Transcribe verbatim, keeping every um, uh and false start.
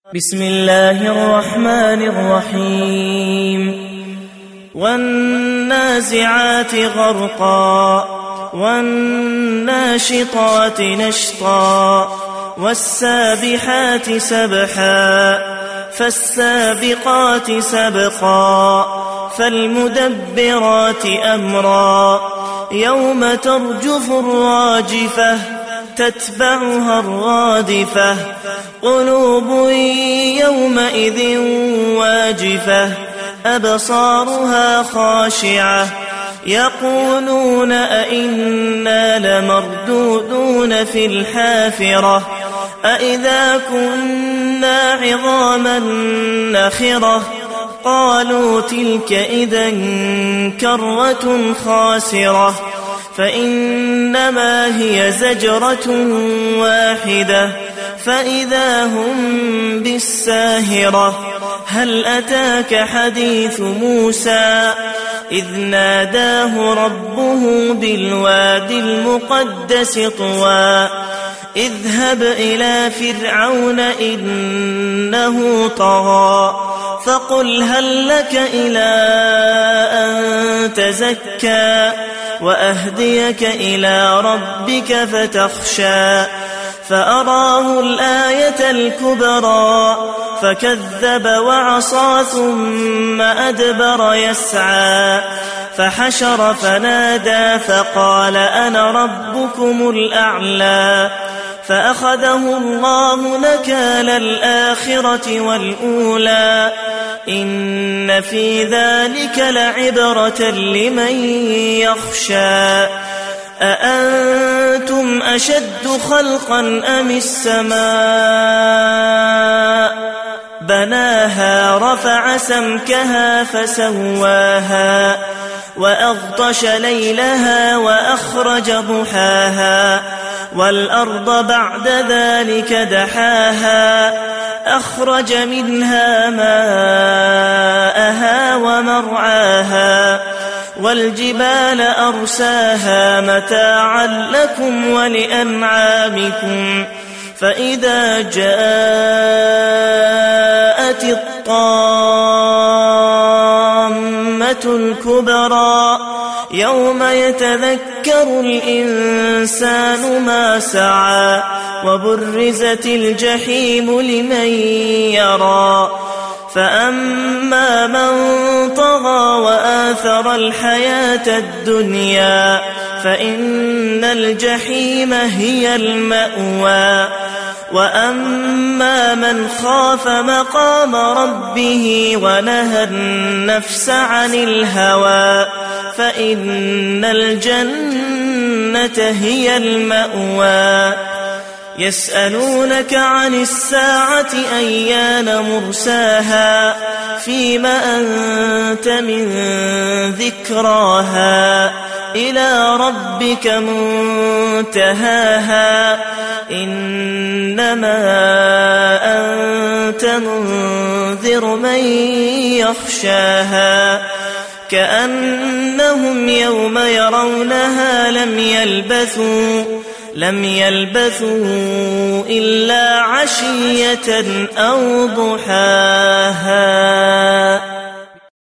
بسم الله الرحمن الرحيم والنازعات غرقا والناشطات نشطا والسابحات سبحا فالسابقات سبقا فالمدبرات أمرا يوم ترجف الراجفة تتبعها الرادفة قلوب يومئذ واجفة أبصارها خاشعة يقولون أئنا لمردودون في الحافرة أئذا كنا عظاما نخرة قالوا تلك إذا كرة خاسرة فإنما هي زجرة واحدة فإذا هم بالساهرة هل أتاك حديث موسى إذ ناداه ربه بالوادي المقدس طوى اذهب إلى فرعون إنه طغى فقل هل لك إلى أن تزكى وأهديك إلى ربك فتخشى فأراه الآية الكبرى فكذب وعصى ثم أدبر يسعى فحشر فنادى فقال أنا ربكم الأعلى فأخذه الله نكال الآخرة والأولى إن في ذلك لعبرة لمن يخشى أأنتم أشد خلقا أم السماء بناها رفع سمكها فسواها وأغطش ليلها وأخرج ضحاها والأرض بعد ذلك دحاها أخرج منها ماءها ومرعاها والجبال أرساها متاعا لكم ولأنعامكم فإذا جاءت الطامة الكبرى يوم يتذكر الإنسان ما سعى وبرزت الجحيم لمن يرى فأما من طغى وآثر الحياة الدنيا فإن الجحيم هي المأوى وأما من خاف مقام ربه ونهى النفس عن الهوى فإن الجنة هي المأوى يسألونك عن الساعة أيان مرساها فيم أنت من ذكراها إلى ربك منتهاها إنما أنت منذر من يخشاها كأنهم يوم يرونها لم يلبثوا لم يلبثوا إلا عشية أو ضحاها.